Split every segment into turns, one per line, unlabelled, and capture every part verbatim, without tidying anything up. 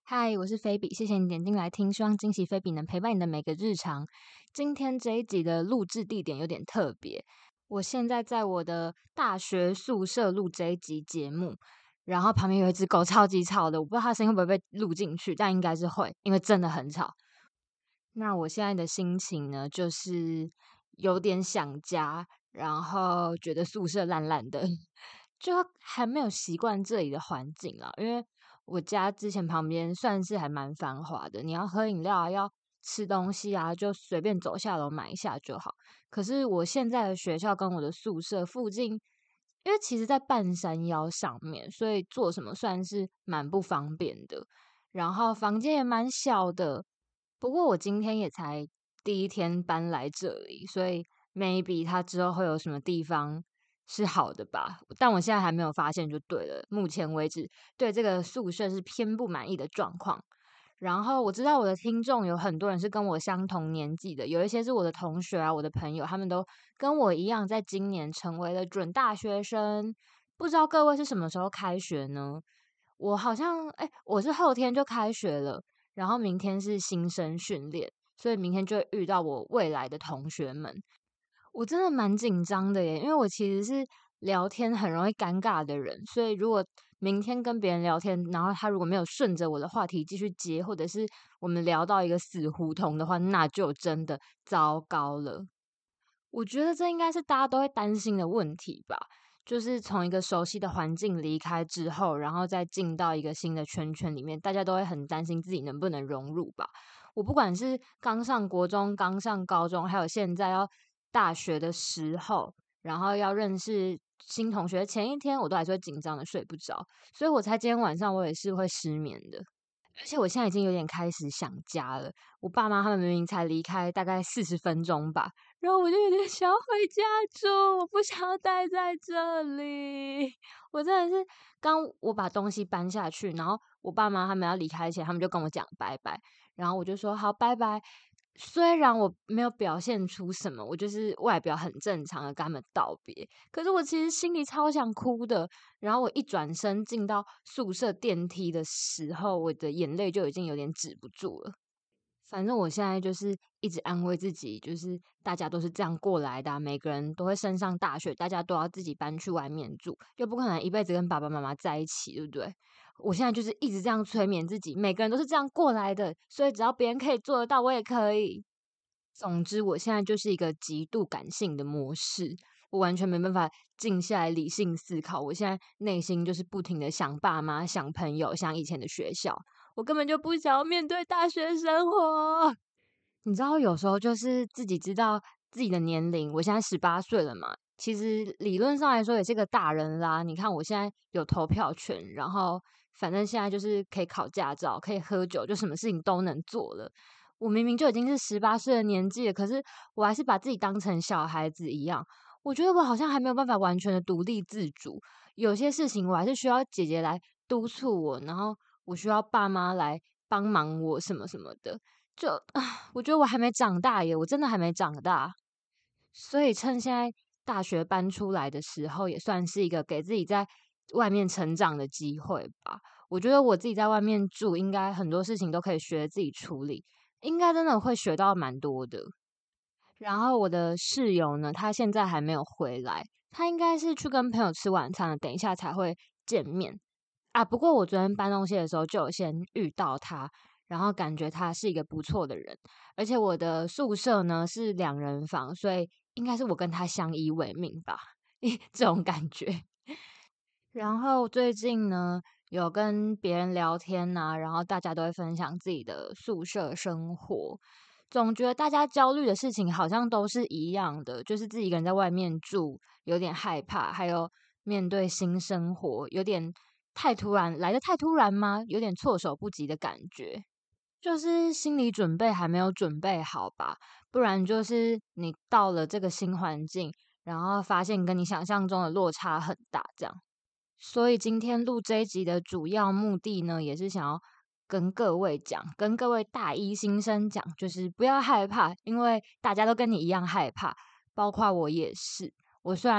嗨，我是菲比，谢谢你点进来听，希望惊喜菲比能陪伴你的每个日常。今天这一集的录制地点有点特别，我现在在我的大学宿舍录这一集节目，然后旁边有一只狗超级吵的，我不知道它声音会不会被录进去，但应该是会，因为真的很吵。那我现在的心情呢，就是有点想家，然后觉得宿舍烂烂的，就还没有习惯这里的环境啦。因为我家之前旁边算是还蛮繁华的，你要喝饮料啊，要吃东西啊，就随便走下楼买一下就好。可是我现在的学校跟我的宿舍附近，因为其实在半山腰上面，所以做什么算是蛮不方便的。然后房间也蛮小的，不过我今天也才第一天搬来这里，所以 maybe 它之后会有什么地方是好的吧，但我现在还没有发现就对了。目前为止，对这个宿舍是偏不满意的状况。然后我知道我的听众有很多人是跟我相同年纪的，有一些是我的同学啊，我的朋友，他们都跟我一样，在今年成为了准大学生。不知道各位是什么时候开学呢？我好像，哎，我是后天就开学了，然后明天是新生训练，所以明天就会遇到我未来的同学们。我真的蛮紧张的耶，因为我其实是聊天很容易尴尬的人，所以如果明天跟别人聊天，然后他如果没有顺着我的话题继续接，或者是我们聊到一个死胡同的话，那就真的糟糕了。我觉得这应该是大家都会担心的问题吧，就是从一个熟悉的环境离开之后，然后再进到一个新的圈圈里面，大家都会很担心自己能不能融入吧。我不管是刚上国中、刚上高中，还有现在要大学的时候，然后要认识新同学，前一天我都还是会紧张的睡不着，所以我猜今天晚上我也是会失眠的。而且我现在已经有点开始想家了。我爸妈他们明明才离开大概四十分钟吧，然后我就有点想要回家住，我不想要待在这里。我真的是刚我把东西搬下去，然后我爸妈他们要离开前，他们就跟我讲拜拜，然后我就说好拜拜。虽然我没有表现出什么，我就是外表很正常的跟他们道别，可是我其实心里超想哭的。然后我一转身进到宿舍电梯的时候，我的眼泪就已经有点止不住了。反正我现在就是一直安慰自己，就是大家都是这样过来的啊，每个人都会升上大学，大家都要自己搬去外面住，又不可能一辈子跟爸爸妈妈在一起，对不对？我现在就是一直这样催眠自己，每个人都是这样过来的，所以只要别人可以做得到，我也可以。总之，我现在就是一个极度感性的模式，我完全没办法静下来理性思考。我现在内心就是不停的想爸妈、想朋友、想以前的学校，我根本就不想要面对大学生活。你知道，有时候就是自己知道自己的年龄，我现在十八岁了嘛，其实理论上来说也是个大人啦。你看我现在有投票权，然后反正现在就是可以考驾照，可以喝酒，就什么事情都能做了。我明明就已经是十八岁的年纪了，可是我还是把自己当成小孩子一样。我觉得我好像还没有办法完全的独立自主，有些事情我还是需要姐姐来督促我，然后我需要爸妈来帮忙我什么什么的。就啊，我觉得我还没长大耶，我真的还没长大。所以趁现在大学搬出来的时候，也算是一个给自己在外面成长的机会吧。我觉得我自己在外面住，应该很多事情都可以学自己处理，应该真的会学到蛮多的。然后我的室友呢，他现在还没有回来，他应该是去跟朋友吃晚餐了，等一下才会见面啊。不过我昨天搬东西的时候就有先遇到他，然后感觉他是一个不错的人，而且我的宿舍呢是两人房，所以应该是我跟他相依为命吧，这种感觉。然后最近呢，有跟别人聊天呐、然后大家都会分享自己的宿舍生活，总觉得大家焦虑的事情好像都是一样的，就是自己一个人在外面住，有点害怕，还有面对新生活，有点太突然，来的太突然吗？有点措手不及的感觉，就是心理准备还没有准备好吧，不然就是你到了这个新环境，然后发现跟你想象中的落差很大，这样。所以今天录这一集的主要目的呢，也是想要跟各位讲，跟各位大一新生讲，就是不要害怕，因为大家都跟你一样害怕，包括我也是。我虽然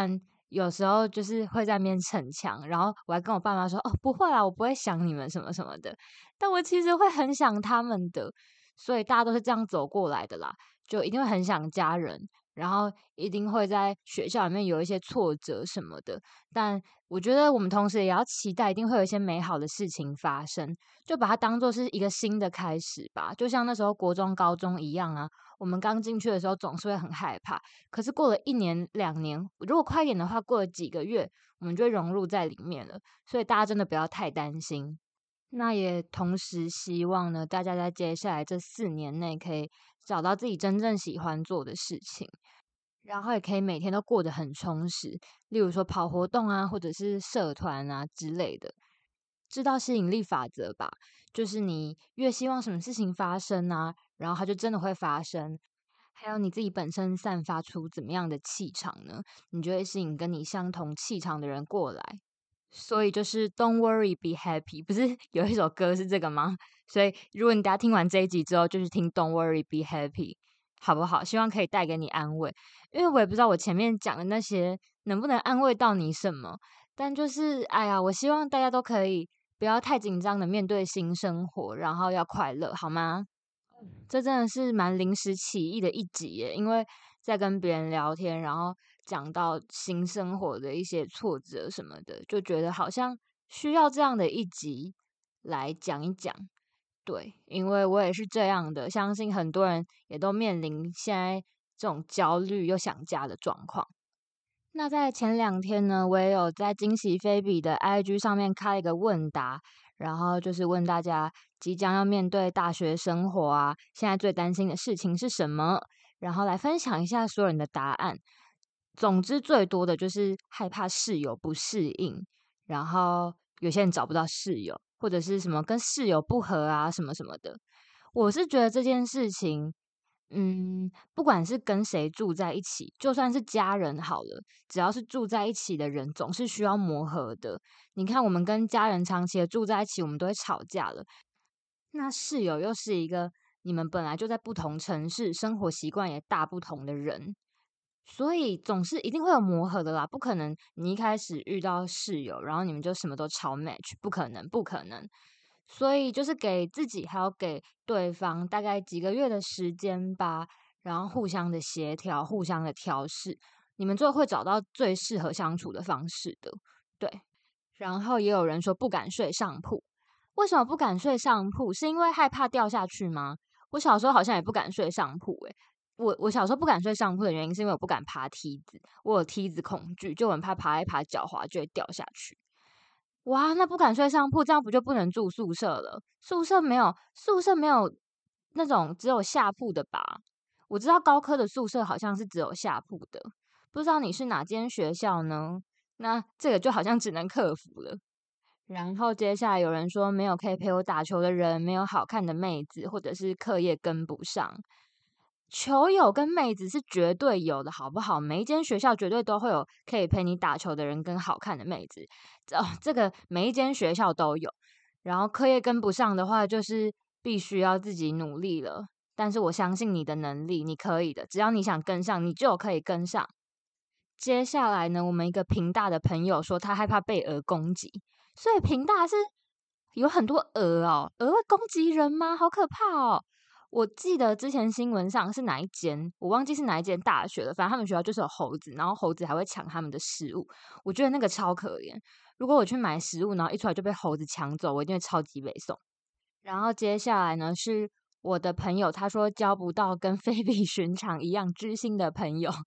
有时候就是会在那边逞强，然后我还跟我爸妈说：“哦，不会啦，我不会想你们什么什么的。”但我其实会很想他们的，所以大家都是这样走过来的啦，就一定会很想家人，然后一定会在学校里面有一些挫折什么的。但我觉得我们同时也要期待，一定会有一些美好的事情发生，就把它当做是一个新的开始吧。就像那时候国中、高中一样啊，我们刚进去的时候总是会很害怕，可是过了一年、两年，如果快一点的话，过了几个月，我们就会融入在里面了。所以大家真的不要太担心。那也同时希望呢，大家在接下来这四年内可以找到自己真正喜欢做的事情，然后也可以每天都过得很充实。例如说跑活动啊，或者是社团啊之类的。知道吸引力法则吧？就是你越希望什么事情发生啊，然后它就真的会发生。还有你自己本身散发出怎么样的气场呢？你就会吸引跟你相同气场的人过来。所以就是 Don't worry, be happy，不是有一首歌是这个吗？所以如果你大家听完这一集之后，就是听 Don't worry, be happy，好不好？希望可以带给你安慰，因为我也不知道我前面讲的那些能不能安慰到你什么，但就是哎呀，我希望大家都可以不要太紧张的面对新生活，然后要快乐，好吗？这真的是蛮临时起意的一集耶，因为在跟别人聊天，然后讲到新生活的一些挫折什么的，就觉得好像需要这样的一集来讲一讲。对，因为我也是这样的，相信很多人也都面临现在这种焦虑又想家的状况。那在前两天呢，我也有在惊喜菲比的 I G 上面开一个问答，然后就是问大家即将要面对大学生活啊，现在最担心的事情是什么？然后来分享一下所有人的答案。总之，最多的就是害怕室友不适应，然后有些人找不到室友，或者是什么跟室友不合啊，什么什么的。我是觉得这件事情，嗯，不管是跟谁住在一起，就算是家人好了，只要是住在一起的人，总是需要磨合的。你看，我们跟家人长期的住在一起，我们都会吵架了。那室友又是一个你们本来就在不同城市，生活习惯也大不同的人，所以总是一定会有磨合的啦。不可能你一开始遇到室友，然后你们就什么都超 match，不可能，不可能。所以就是给自己还有给对方大概几个月的时间吧，然后互相的协调，互相的调试，你们最后会找到最适合相处的方式的。对，然后也有人说不敢睡上铺，为什么不敢睡上铺？是因为害怕掉下去吗？我小时候好像也不敢睡上铺、欸，我我小时候不敢睡上铺的原因是因为我不敢爬梯子，我有梯子恐惧，就很怕爬一爬脚滑就会掉下去。哇，那不敢睡上铺，这样不就不能住宿舍了？宿舍没有，宿舍没有那种只有下铺的吧？我知道高科的宿舍好像是只有下铺的，不知道你是哪间学校呢？那这个就好像只能克服了。然后接下来有人说没有可以陪我打球的人，没有好看的妹子，或者是课业跟不上。球友跟妹子是绝对有的，好不好？每一间学校绝对都会有可以陪你打球的人跟好看的妹子，哦，这个每一间学校都有。然后课业跟不上的话，就是必须要自己努力了。但是我相信你的能力，你可以的，只要你想跟上，你就可以跟上。接下来呢，我们一个平大的朋友说他害怕被鹅攻击，所以平大是有很多鹅哦，鹅会攻击人吗？好可怕哦！我记得之前新闻上是哪一间，我忘记是哪一间大学了，反正他们学校就是有猴子，然后猴子还会抢他们的食物，我觉得那个超可怜。如果我去买食物，然后一出来就被猴子抢走，我一定会超级北宋。然后接下来呢，是我的朋友，他说交不到跟非比寻常一样知心的朋友。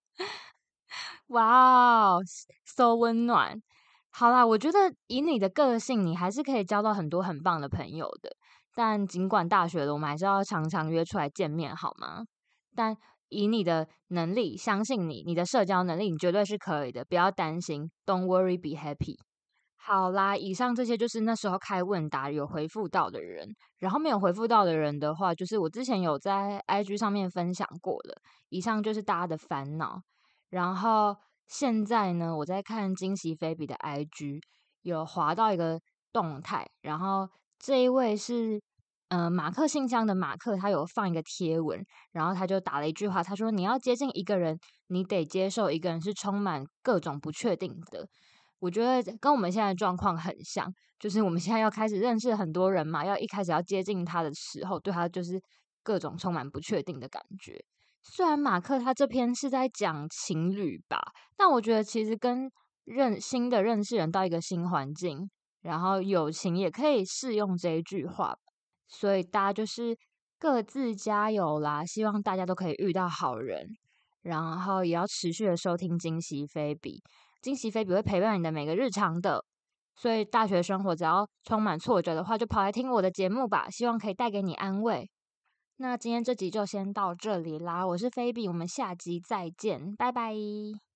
哇哦，so 温暖。好啦，我觉得以你的个性，你还是可以交到很多很棒的朋友的。但尽管大学了，我们还是要常常约出来见面，好吗？但以你的能力，相信你，你的社交能力，你绝对是可以的，不要担心，Don't worry, be happy。好啦，以上这些就是那时候开问答有回复到的人，然后没有回复到的人的话，就是我之前有在 I G 上面分享过的。以上就是大家的烦恼。然后现在呢，我在看惊喜菲比的 I G，有滑到一个动态，然后这一位是呃，马克信箱的马克他有放一个贴文，然后他就打了一句话，他说：“你要接近一个人，你得接受一个人是充满各种不确定的。”我觉得跟我们现在的状况很像，就是我们现在要开始认识很多人嘛，要一开始要接近他的时候，对他就是各种充满不确定的感觉。虽然马克他这篇是在讲情侣吧，但我觉得其实跟认新的认识人到一个新环境，然后友情也可以适用这一句话。所以大家就是各自加油啦，希望大家都可以遇到好人，然后也要持续的收听惊喜菲比，惊喜菲比会陪伴你的每个日常的。所以大学生活只要充满挫折的话，就跑来听我的节目吧，希望可以带给你安慰。那今天这集就先到这里啦，我是菲比，我们下集再见，拜拜。